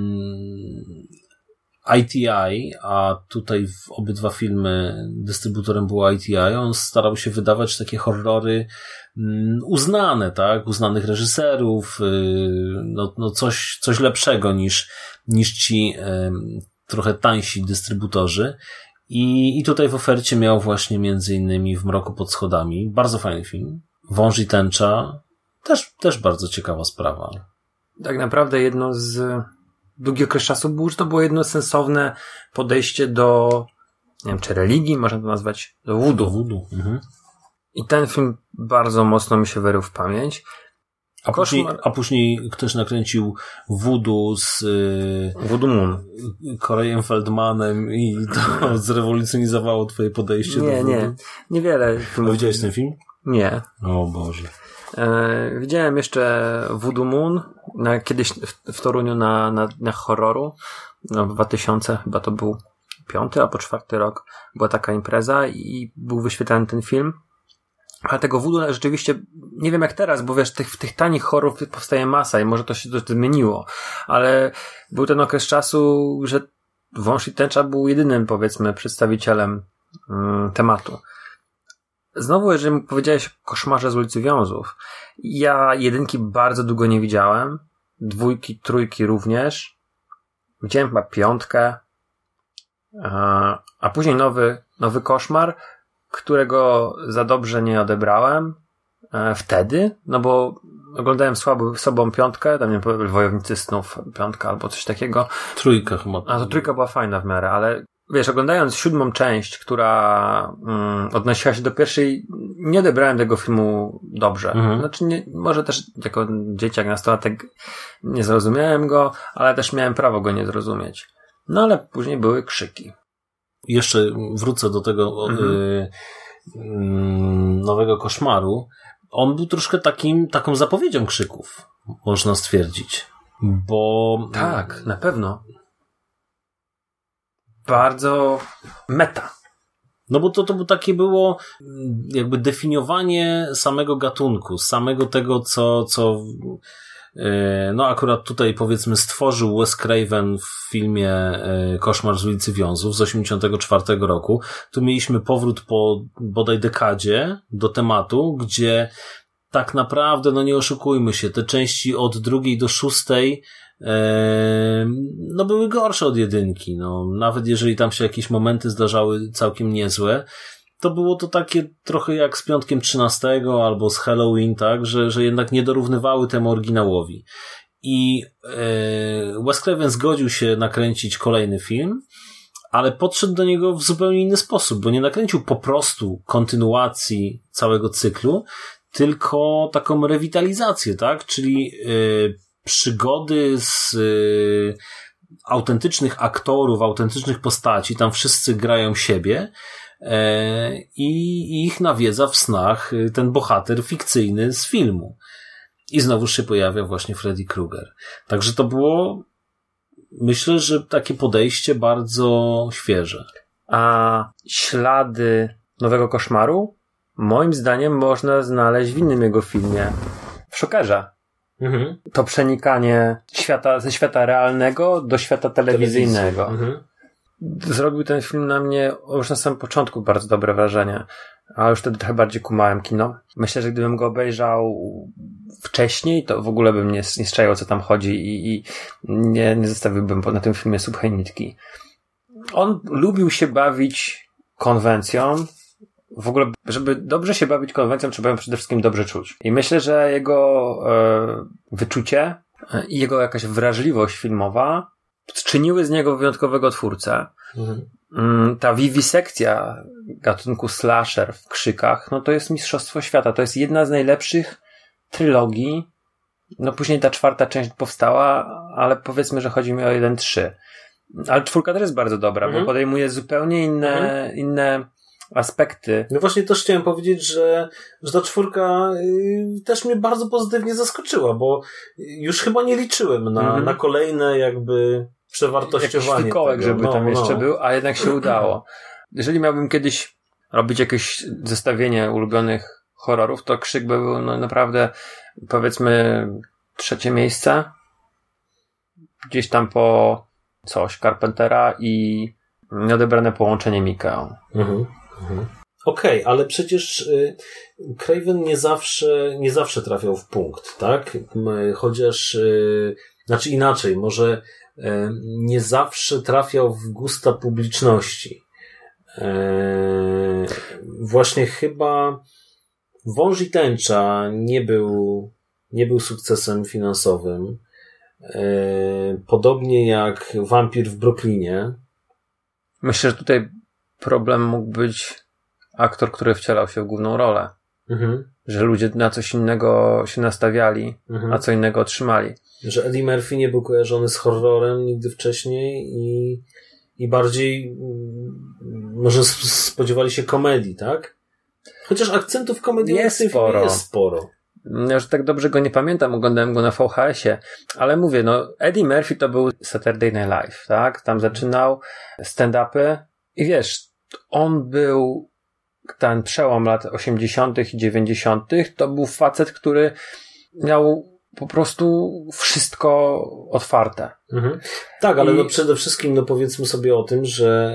ITI, a tutaj w obydwa filmy dystrybutorem było ITI, on starał się wydawać takie horrory uznane, tak? Uznanych reżyserów, no coś lepszego niż ci trochę tańsi dystrybutorzy. I tutaj w ofercie miał właśnie między innymi W mroku pod schodami. Bardzo fajny film. Wąż i tęcza. Też bardzo ciekawa sprawa. Tak naprawdę jedno z długi okres czasu było, że to było jedno sensowne podejście do, nie wiem, czy religii, można to nazwać, do voodoo. I ten film bardzo mocno mi się wyrył w pamięć. A później ktoś nakręcił voodoo z Voodoo Moon. Korejem Feldmanem i to zrewolucjonizowało twoje podejście do voodoo. Niewiele. Widziałeś ten film? Nie. O Boże. Widziałem jeszcze Voodoo Moon kiedyś w Toruniu na horroru. W 2000 chyba to był 5. albo 4. rok. Była taka impreza i był wyświetlany ten film. Ale tego voodoo rzeczywiście, nie wiem jak teraz, bo wiesz, tych tanich horrorów powstaje masa i może to się zmieniło. Ale był ten okres czasu, że Wąż i tęcza był jedynym, powiedzmy, przedstawicielem tematu. Znowu, jeżeli powiedziałeś o Koszmarze z ulicy Wiązów, ja 1 bardzo długo nie widziałem, 2, 3 również. Widziałem chyba 5, a później nowy Koszmar, którego za dobrze nie odebrałem wtedy, no bo oglądałem słabą 5, tam nie wiem, Wojownicy snów 5 albo coś takiego. 3 chyba. A to 3 była fajna w miarę, ale wiesz, oglądając 7. część, która odnosiła się do pierwszej, nie odebrałem tego filmu dobrze. Znaczy, może też jako dzieciak, nastolatek nie zrozumiałem go, ale też miałem prawo go nie zrozumieć. No ale później były krzyki. Jeszcze wrócę do tego nowego Koszmaru. On był troszkę taką zapowiedzią krzyków, można stwierdzić. Bo... Tak, na pewno. Bardzo meta. No bo to było jakby definiowanie samego gatunku, samego tego, co no akurat tutaj powiedzmy stworzył Wes Craven w filmie Koszmar z ulicy Wiązów z 1984 roku. Tu mieliśmy powrót po bodaj dekadzie do tematu, gdzie tak naprawdę, no nie oszukujmy się, te części od 2 do 6 no były gorsze od 1. No, nawet jeżeli tam się jakieś momenty zdarzały całkiem niezłe, to było to takie trochę jak z Piątkiem 13 albo z Halloween, tak, że jednak nie dorównywały temu oryginałowi. I Wes Craven zgodził się nakręcić kolejny film, ale podszedł do niego w zupełnie inny sposób, bo nie nakręcił po prostu kontynuacji całego cyklu, tylko taką rewitalizację, tak? Czyli przygody z autentycznych aktorów, autentycznych postaci, tam wszyscy grają siebie i ich nawiedza w snach ten bohater fikcyjny z filmu. I znowuż się pojawia właśnie Freddy Krueger. Także to było, myślę, że takie podejście bardzo świeże. A ślady Nowego Koszmaru moim zdaniem można znaleźć w innym jego filmie. W Szokerze. Mhm. To przenikanie ze świata realnego do świata telewizyjnego. Mhm. Zrobił ten film na mnie już na samym początku bardzo dobre wrażenie. A już wtedy trochę bardziej kumałem kino. Myślę, że gdybym go obejrzał wcześniej, to w ogóle bym nie strzaił, o co tam chodzi i nie zostawiłbym na tym filmie suchej nitki. On lubił się bawić konwencją. W ogóle, żeby dobrze się bawić konwencją, trzeba ją przede wszystkim dobrze czuć. I myślę, że jego wyczucie i jego jakaś wrażliwość filmowa czyniły z niego wyjątkowego twórcę. Mhm. Ta wiwisekcja gatunku slasher w Krzykach, no to jest mistrzostwo świata. To jest jedna z najlepszych trylogii. No później ta 4. część powstała, ale powiedzmy, że chodzi mi o 1-3. Ale 4 też jest bardzo dobra, bo podejmuje zupełnie inne aspekty. No właśnie też chciałem powiedzieć, że ta 4 też mnie bardzo pozytywnie zaskoczyła, bo już chyba nie liczyłem na kolejne jakby przewartościowanie. Jakiś fikołek, żeby tam jeszcze był, a jednak się udało. Jeżeli miałbym kiedyś robić jakieś zestawienie ulubionych horrorów, to Krzyk by był naprawdę, powiedzmy, 3. miejsce. Gdzieś tam po coś Carpentera i Nieodebrane połączenie Mikao. Okej, ale przecież Craven nie zawsze trafiał w punkt, tak? Chociaż, znaczy inaczej, może nie zawsze trafiał w gusta publiczności. Właśnie chyba Wąż i Tęcza nie był sukcesem finansowym. Podobnie jak Wampir w Brooklynie. Myślę, że tutaj problem mógł być aktor, który wcielał się w główną rolę. Że ludzie na coś innego się nastawiali, a co innego otrzymali. Że Eddie Murphy nie był kojarzony z horrorem nigdy wcześniej i bardziej może spodziewali się komedii, tak? Chociaż akcentów komedii jest sporo. Ja już tak dobrze go nie pamiętam, oglądałem go na VHS-ie, ale mówię, no Eddie Murphy to był Saturday Night Live, tak? Tam zaczynał stand-upy i wiesz, on był ten przełom lat 80. i 90. To był facet, który miał po prostu wszystko otwarte. Tak, ale no przede wszystkim no powiedzmy sobie o tym, że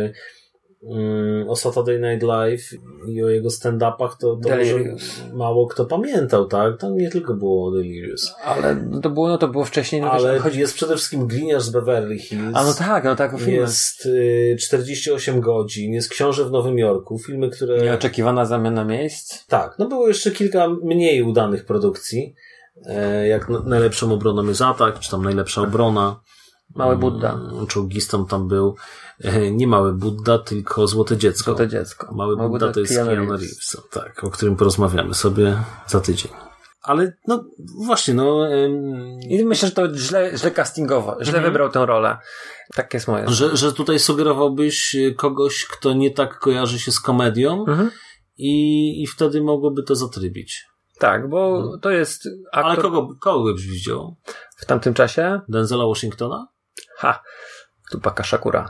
o Saturday Night Live i o jego stand-upach to może mało kto pamiętał, tak? Tam nie tylko było Delirious. Ale to było wcześniej. No ale jest przede wszystkim Gliniarz z Beverly Hills. A no tak. Jest 48 godzin, jest Książę w Nowym Jorku, filmy, które... Nieoczekiwana zamiana miejsc. Tak, no było jeszcze kilka mniej udanych produkcji, jak Najlepszą obroną jest atak, czy tam Najlepsza obrona. Mały Budda. Czołgistą tam był nie Mały Budda, tylko Złote Dziecko. Złote Dziecko. Mały Budda to jest Keanu Reeves. Tak, o którym porozmawiamy sobie za tydzień. Ale no właśnie, no... I myślę, że to źle castingowo, źle wybrał tę rolę. Tak jest moje. Że tutaj sugerowałbyś kogoś, kto nie tak kojarzy się z komedią i wtedy mogłoby to zatrybić. Tak, bo to jest aktor... Ale kogo byś widział? W tamtym czasie? Denzela Washingtona? Tupaka Shakura.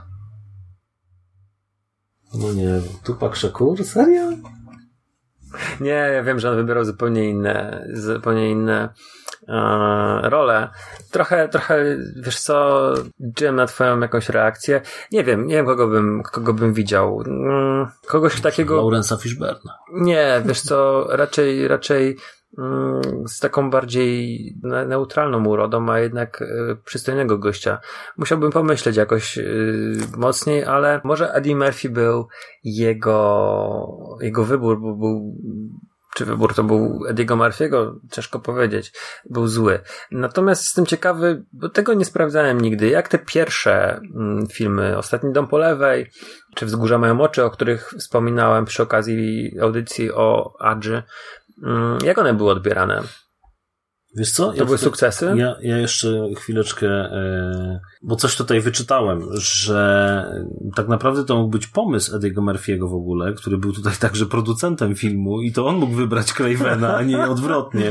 No nie wiem. Tupac Shakur? Serio? Nie, ja wiem, że on wybierał zupełnie inne role. Trochę, wiesz co, liczyłem na twoją jakąś reakcję. Nie wiem, kogo bym widział. Kogoś takiego... Laurensa Fishburna. Nie, wiesz co, raczej z taką bardziej neutralną urodą, a jednak przystojnego gościa. Musiałbym pomyśleć jakoś mocniej, ale może Eddie Murphy był jego wybór, bo był, czy wybór to był Eddiego Murphy'ego, ciężko powiedzieć, był zły. Natomiast jestem ciekawy, bo tego nie sprawdzałem nigdy, jak te pierwsze filmy, Ostatni dom po lewej, czy Wzgórza mają oczy, o których wspominałem przy okazji audycji o Adży, jak one były odbierane? Wiesz co? To były sukcesy? Ja jeszcze chwileczkę, bo coś tutaj wyczytałem, że tak naprawdę to mógł być pomysł Eddiego Murphy'ego w ogóle, który był tutaj także producentem filmu i to on mógł wybrać Cravena, a nie odwrotnie.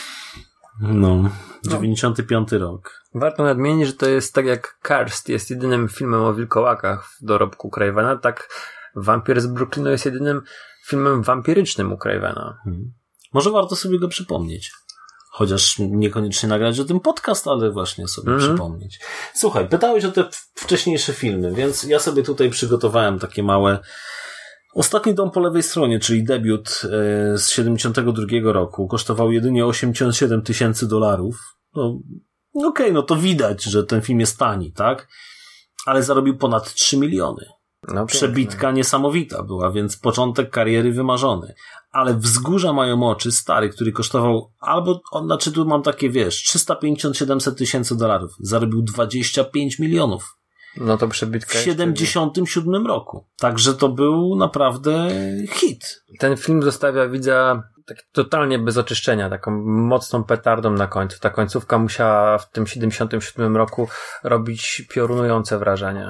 95 rok. Warto nadmienić, że to jest tak jak Karst jest jedynym filmem o wilkołakach w dorobku Cravena, tak Wampir z Brooklynu jest jedynym filmem wampirycznym u Cravena. Może warto sobie go przypomnieć. Chociaż niekoniecznie nagrać o tym podcast, ale właśnie sobie przypomnieć. Słuchaj, pytałeś o te wcześniejsze filmy, więc ja sobie tutaj przygotowałem takie małe Ostatni dom po lewej stronie, czyli debiut z 72 roku, kosztował jedynie $87,000. Okej, to widać, że ten film jest tani, tak? Ale zarobił ponad 3 miliony. Przebitka niesamowita była, więc początek kariery wymarzony. Ale Wzgórza mają oczy, stary, który kosztował tu mam takie, $350-700,000. Zarobił 25 milionów. To przebitka w 77 roku. Także to był naprawdę hit. Ten film zostawia widza tak totalnie bez oczyszczenia, taką mocną petardą na końcu. Ta końcówka musiała w tym 77 roku robić piorunujące wrażenie.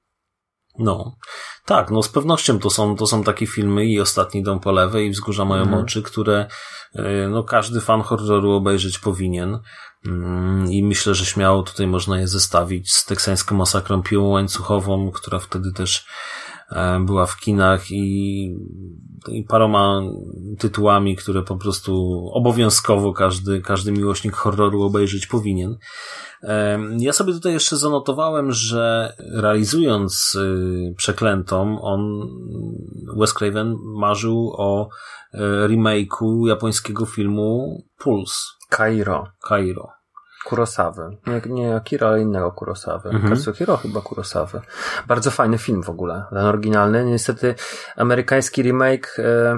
Tak, z pewnością to są takie filmy i Ostatni dom po lewej i Wzgórza mają oczy, które każdy fan horroru obejrzeć powinien. I myślę, że śmiało tutaj można je zestawić z teksańską masakrą piłą łańcuchową, która wtedy też była w kinach i paroma tytułami, które po prostu obowiązkowo każdy miłośnik horroru obejrzeć powinien. Ja sobie tutaj jeszcze zanotowałem, że realizując Przeklętą, Wes Craven marzył o remake'u japońskiego filmu Pulse. Kairo. Kurosawy. Nie Akira, ale innego Kurosawy. Kazuhiro chyba Kurosawy. Bardzo fajny film w ogóle. Ten oryginalny. Niestety amerykański remake...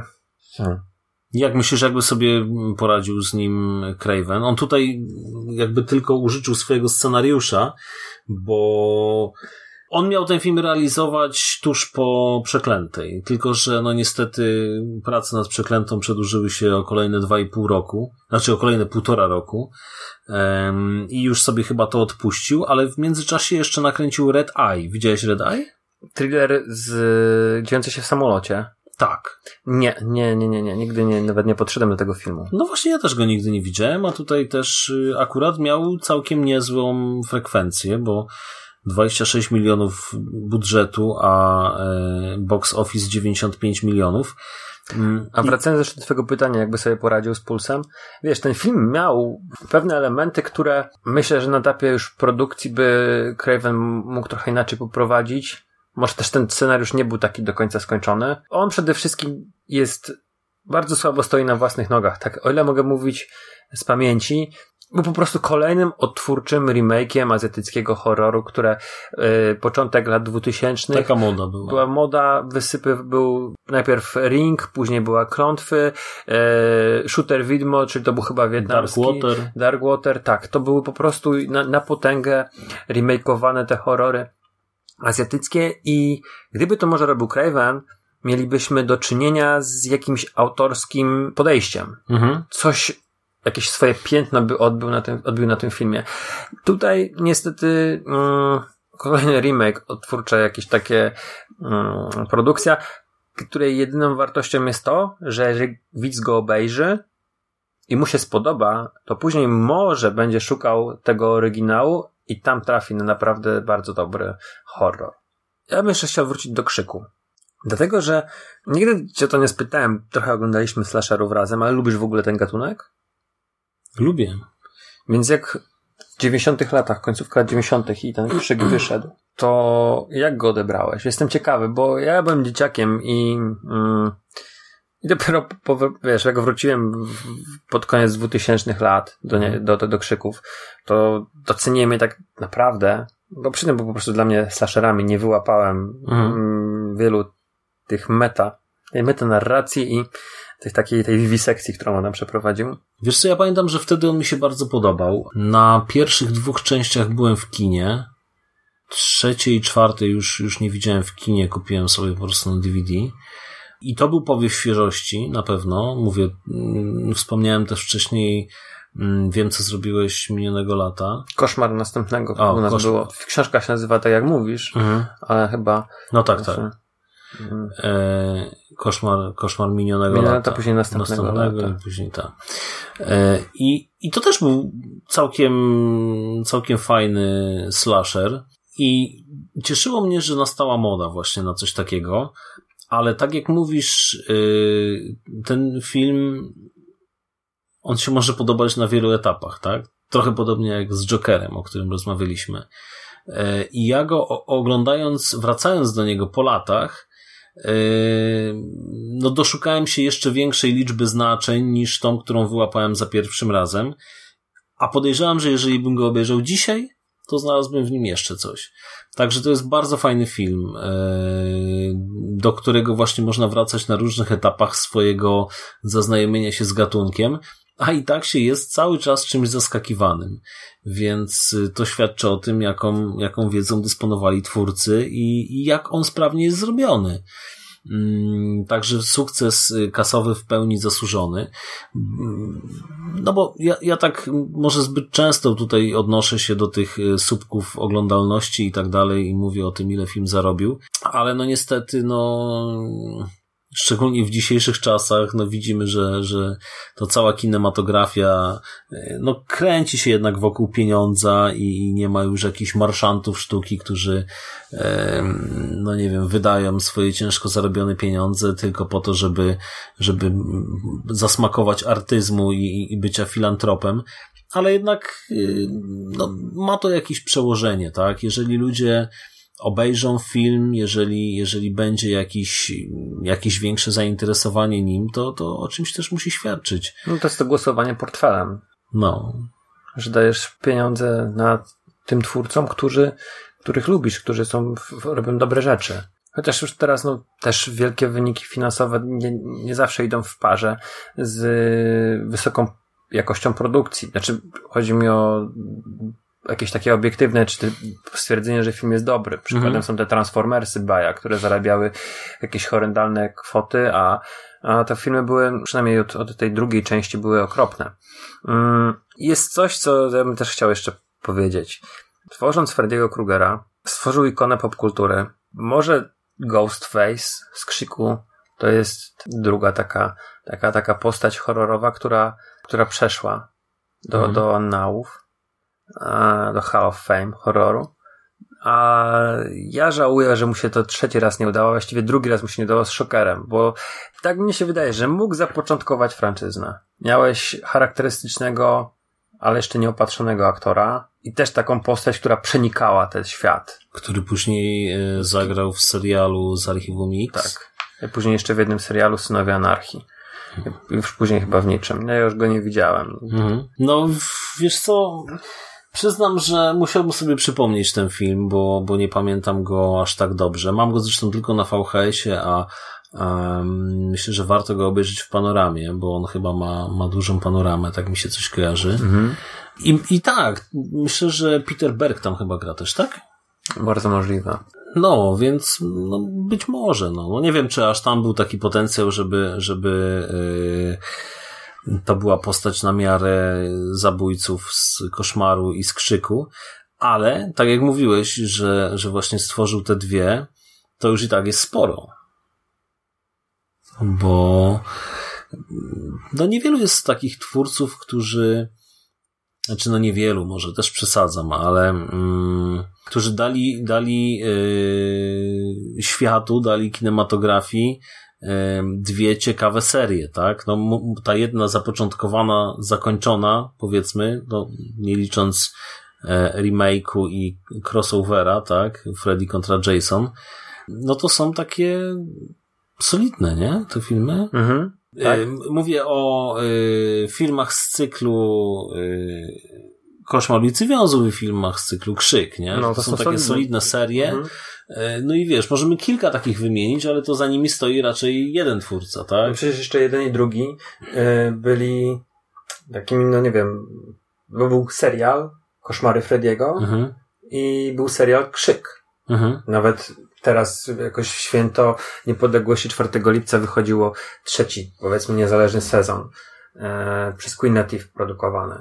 Jak myślisz, jakby sobie poradził z nim Craven? On tutaj jakby tylko użyczył swojego scenariusza, bo on miał ten film realizować tuż po Przeklętej. Tylko że niestety prace nad Przeklętą przedłużyły się o kolejne 2,5 roku. Znaczy o kolejne 1,5 roku. I już sobie chyba to odpuścił, ale w międzyczasie jeszcze nakręcił Red Eye. Widziałeś Red Eye? Thriller dziejący się w samolocie. Tak. Nie. Nigdy nawet nie podszedłem do tego filmu. Właśnie ja też go nigdy nie widziałem, a tutaj też akurat miał całkiem niezłą frekwencję, bo 26 milionów budżetu, a box office 95 milionów. A wracając jeszcze do twojego pytania, jakby sobie poradził z Pulsem. Wiesz, ten film miał pewne elementy, które myślę, że na etapie już produkcji by Craven mógł trochę inaczej poprowadzić. Może też ten scenariusz nie był taki do końca skończony. On przede wszystkim bardzo słabo stoi na własnych nogach. Tak, o ile mogę mówić z pamięci, był po prostu kolejnym odtwórczym remake'iem azjatyckiego horroru, które początek lat 2000. Taka moda była. Była moda, wysypy był najpierw Ring, później była Klątwy, Shooter Widmo, czyli to był chyba wietnamski. Darkwater, tak. To były po prostu na potęgę remake'owane te horrory azjatyckie i gdyby to może robił Craven, mielibyśmy do czynienia z jakimś autorskim podejściem. Jakieś swoje piętno by odbił na tym filmie. Tutaj niestety kolejny remake, odtwórcze jakieś takie produkcja, której jedyną wartością jest to, że jeżeli widz go obejrzy i mu się spodoba, to później może będzie szukał tego oryginału i tam trafi na naprawdę bardzo dobry horror. Ja bym jeszcze chciał wrócić do Krzyku. Dlatego, że nigdy cię to nie spytałem, trochę oglądaliśmy slasherów razem, ale lubisz w ogóle ten gatunek? Lubię. Więc jak w 90 latach, końcówka lat 90 i ten Krzyk wyszedł, to jak go odebrałeś? Jestem ciekawy, bo ja byłem dzieciakiem i I dopiero, jak wróciłem pod koniec 2000 lat do Krzyków, to doceniłem je tak naprawdę, bo przy tym, bo po prostu dla mnie slasherami nie wyłapałem wielu tych tej metanarracji i tej wiwisekcji, którą on tam przeprowadził. Wiesz co, ja pamiętam, że wtedy on mi się bardzo podobał. Na pierwszych 2 częściach byłem w kinie. 3. i 4 już nie widziałem w kinie, kupiłem sobie po prostu na DVD. I to był powiew świeżości, na pewno. Mówię, wspomniałem też wcześniej, wiem, co zrobiłeś minionego lata. Koszmar następnego u nas było. Książka się nazywa tak, jak mówisz, ale chyba... No tak. Koszmar minionego lata. Później następnego lata. I później tak. I to też był całkiem fajny slasher. I cieszyło mnie, że nastała moda właśnie na coś takiego. Ale tak jak mówisz, ten film, on się może podobać na wielu etapach, tak? Trochę podobnie jak z Jokerem, o którym rozmawialiśmy. I ja go oglądając, wracając do niego po latach, no doszukałem się jeszcze większej liczby znaczeń niż tą, którą wyłapałem za pierwszym razem. A podejrzewam, że jeżeli bym go obejrzał dzisiaj, to znalazłbym w nim jeszcze coś. Także to jest bardzo fajny film, do którego właśnie można wracać na różnych etapach swojego zaznajomienia się z gatunkiem, a i tak się jest cały czas czymś zaskakiwanym. Więc to świadczy o tym, jaką wiedzą dysponowali twórcy i jak on sprawnie jest zrobiony. Także sukces kasowy w pełni zasłużony. No bo ja tak może zbyt często tutaj odnoszę się do tych słupków oglądalności i tak dalej i mówię o tym, ile film zarobił, ale no niestety, szczególnie w dzisiejszych czasach, widzimy, że to cała kinematografia, kręci się jednak wokół pieniądza i nie ma już jakichś marszantów sztuki, którzy, wydają swoje ciężko zarobione pieniądze tylko po to, żeby zasmakować artyzmu i bycia filantropem. Ale jednak, ma to jakieś przełożenie, tak? Jeżeli ludzie obejrzą film, jeżeli będzie jakieś większe zainteresowanie nim, to o czymś też musi świadczyć. No to jest to głosowanie portfelem. Że dajesz pieniądze na tym twórcom, których lubisz, którzy robią dobre rzeczy. Chociaż już teraz też wielkie wyniki finansowe nie zawsze idą w parze z wysoką jakością produkcji. Znaczy, chodzi mi o jakieś takie obiektywne, czy stwierdzenie, że film jest dobry. Przykładem są te Transformersy Baja, które zarabiały jakieś horrendalne kwoty, a te filmy były, przynajmniej od tej drugiej części, były okropne. Jest coś, co ja bym też chciał jeszcze powiedzieć. Tworząc Freddy'ego Krugera, stworzył ikonę popkultury. Może Ghostface z Krzyku to jest druga taka postać horrorowa, która przeszła do annałów, do Hall of Fame horroru. A ja żałuję, że mu się to 3. raz nie udało, właściwie 2. raz mu się nie udało z Szokerem, bo tak mi się wydaje, że mógł zapoczątkować franczyznę. Miałeś charakterystycznego, ale jeszcze nieopatrzonego aktora i też taką postać, która przenikała ten świat. Który później zagrał w serialu z Archiwum X. Tak. I później jeszcze w jednym serialu Synowie Anarchii. Już później chyba w niczym. Ja już go nie widziałem. No, wiesz co... Przyznam, że musiałbym sobie przypomnieć ten film, bo nie pamiętam go aż tak dobrze. Mam go zresztą tylko na VHS-ie, a myślę, że warto go obejrzeć w panoramie, bo on chyba ma dużą panoramę, tak mi się coś kojarzy. I tak, myślę, że Peter Berg tam chyba gra też, tak? Bardzo możliwe. No, więc być może. Nie wiem, czy aż tam był taki potencjał, żeby to była postać na miarę zabójców z Koszmaru i z Krzyku, ale tak jak mówiłeś, że właśnie stworzył te 2, to już i tak jest sporo. Bo niewielu jest takich twórców, którzy, znaczy niewielu, może też przesadzam, ale którzy dali światu, dali kinematografii 2 ciekawe serie, tak? Ta jedna zapoczątkowana, zakończona, powiedzmy, nie licząc remake'u i crossovera, tak? Freddy kontra Jason. To są takie solidne, nie? Te filmy. Tak. Mówię o filmach z cyklu Koszmar ulicy Wiązów i filmach z cyklu Krzyk, nie? No, to są takie solidne serie. No i wiesz, możemy kilka takich wymienić, ale to za nimi stoi raczej jeden twórca, tak? No przecież jeszcze jeden i drugi byli takimi, no nie wiem, bo był serial Koszmary Frediego i był serial Krzyk. Nawet teraz jakoś w święto niepodległości 4 lipca wychodziło 3, powiedzmy, niezależny sezon przez Queen Native produkowany.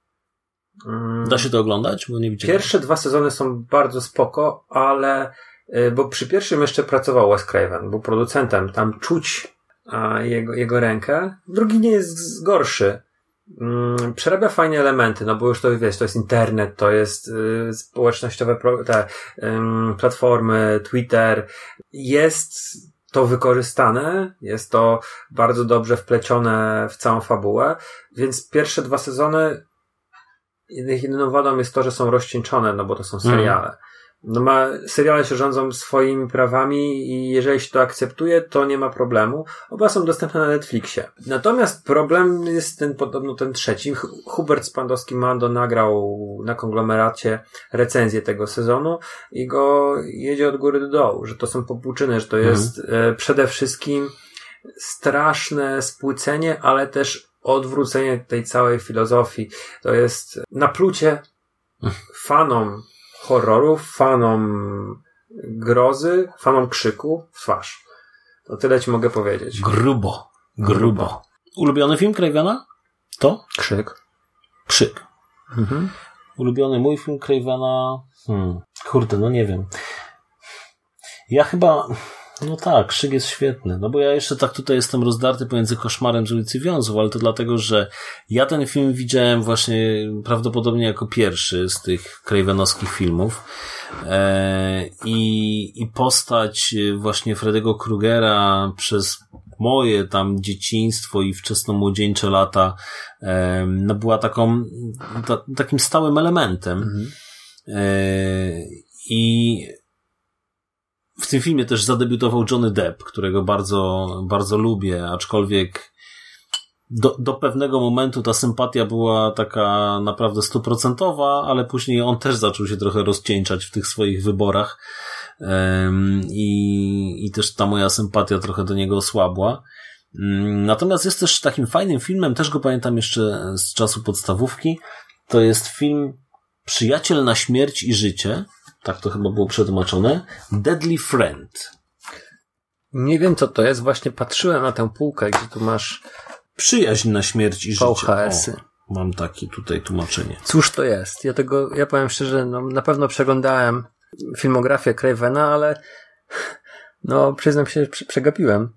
Da się to oglądać? Bo nie widziałem. Pierwsze 2 sezony są bardzo spoko, ale bo przy pierwszym jeszcze pracował Wes Craven, był producentem, tam czuć jego rękę. Drugi nie jest gorszy. Przerabia fajne elementy, no bo już to wiesz, to jest internet, to jest społecznościowe platformy, Twitter. Jest to wykorzystane, jest to bardzo dobrze wplecione w całą fabułę, więc pierwsze 2 sezony jedyną wadą jest to, że są rozcieńczone, no bo to są seriale. Seriale się rządzą swoimi prawami i jeżeli się to akceptuje, to nie ma problemu. Oba są dostępne na Netflixie. Natomiast problem jest podobno ten trzeci. Hubert Spandowski-Mando nagrał na konglomeracie recenzję tego sezonu i go jedzie od góry do dołu, że to są popłuczyny, że to jest przede wszystkim straszne spłycenie, ale też odwrócenie tej całej filozofii. To jest naplucie fanom horrorów, fanom grozy, fanom krzyku w twarz. To tyle ci mogę powiedzieć. Grubo. Ulubiony film Cravena? To? Krzyk. Ulubiony mój film Cravena? Kurde, no nie wiem. Ja chyba... No tak, Krzyk jest świetny. No bo ja jeszcze tak tutaj jestem rozdarty pomiędzy Koszmarem z ulicy Wiązów, ale to dlatego, że ja ten film widziałem właśnie prawdopodobnie jako pierwszy z tych Cravenowskich filmów. I postać właśnie Freddy'ego Krugera przez moje tam dzieciństwo i wczesnomłodzieńcze lata była takim stałym elementem. I w tym filmie też zadebiutował Johnny Depp, którego bardzo, bardzo lubię, aczkolwiek do pewnego momentu ta sympatia była taka naprawdę 100%, ale później on też zaczął się trochę rozcieńczać w tych swoich wyborach i też ta moja sympatia trochę do niego osłabła. Natomiast jest też takim fajnym filmem, też go pamiętam jeszcze z czasu podstawówki, to jest film Przyjaciel na śmierć i życie. Tak to chyba było przetłumaczone. Deadly Friend. Nie wiem, co to jest. Właśnie patrzyłem na tę półkę, gdzie tu masz Przyjaźń na śmierć i życie. VHS-y. Mam takie tutaj tłumaczenie. Cóż to jest? Ja powiem szczerze, no, na pewno przeglądałem filmografię Cravena, ale no, przyznam się, przegapiłem.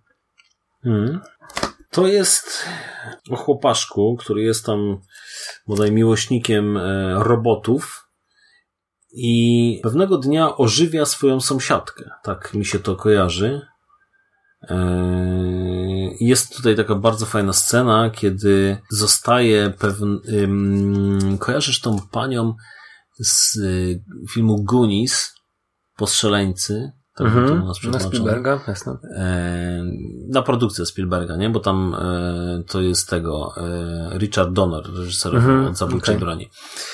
To jest o chłopaszku, który jest tam bodaj miłośnikiem robotów i pewnego dnia ożywia swoją sąsiadkę. Tak mi się to kojarzy. Jest tutaj taka bardzo fajna scena, kiedy zostaje kojarzysz tą panią z filmu Goonies, Postrzeleńcy? Tak, na Spielberga, jasne. Na produkcję Spielberga, nie? Bo tam to jest tego Richard Donner, reżyser od Zabójczej broni.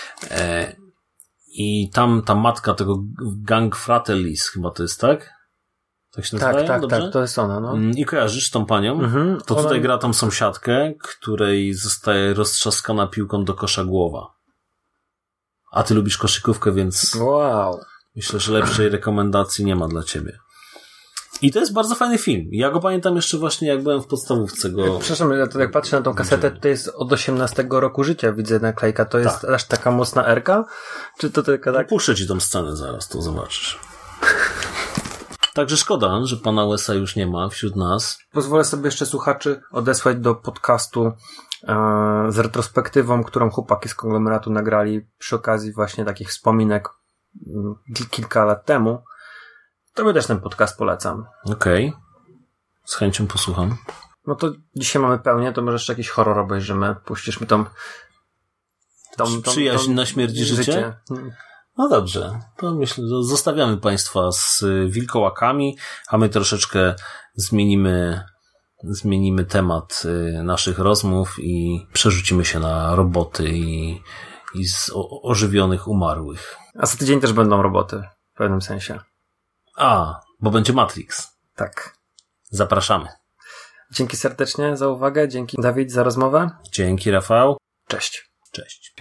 I tam ta matka tego Gang Fratellis chyba to jest, tak? Tak się nazywają? Tak, to jest ona, no. I kojarzysz tą panią? To tutaj gra tą sąsiadkę, której zostaje roztrzaskana piłką do kosza głowa. A ty lubisz koszykówkę, więc myślę, że lepszej rekomendacji nie ma dla ciebie. I to jest bardzo fajny film. Ja go pamiętam jeszcze właśnie, jak byłem w podstawówce. Przepraszam, jak patrzę na tą kasetę, to jest od 18 roku życia, widzę naklejka. To jest aż taka mocna erka? Czy to tylko tak? Puszczę ci tą scenę zaraz, to zobaczysz. Także szkoda, że pana Wesa już nie ma wśród nas. Pozwolę sobie jeszcze słuchaczy odesłać do podcastu z retrospektywą, którą chłopaki z konglomeratu nagrali przy okazji właśnie takich wspominek kilka lat temu. Tobie też ten podcast polecam. Okej. Z chęcią posłucham. No to dzisiaj mamy pełnię, to może jeszcze jakiś horror obejrzymy. Puścisz mi tą Przyjaźń na śmierć i życie? No dobrze. To myślę, że zostawiamy Państwa z wilkołakami, a my troszeczkę zmienimy temat naszych rozmów i przerzucimy się na roboty i z ożywionych umarłych. A za tydzień też będą roboty, w pewnym sensie. Bo będzie Matrix. Tak. Zapraszamy. Dzięki serdecznie za uwagę, dzięki Dawid za rozmowę. Dzięki Rafał. Cześć. Cześć.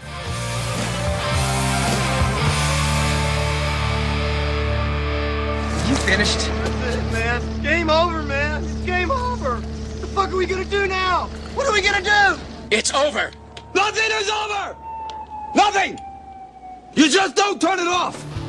You finished? That's it, man. Game over, man. It's game over. What the fuck are we gonna do now? What are we gonna do? It's over. Nothing is over. Nothing. You just don't turn it off.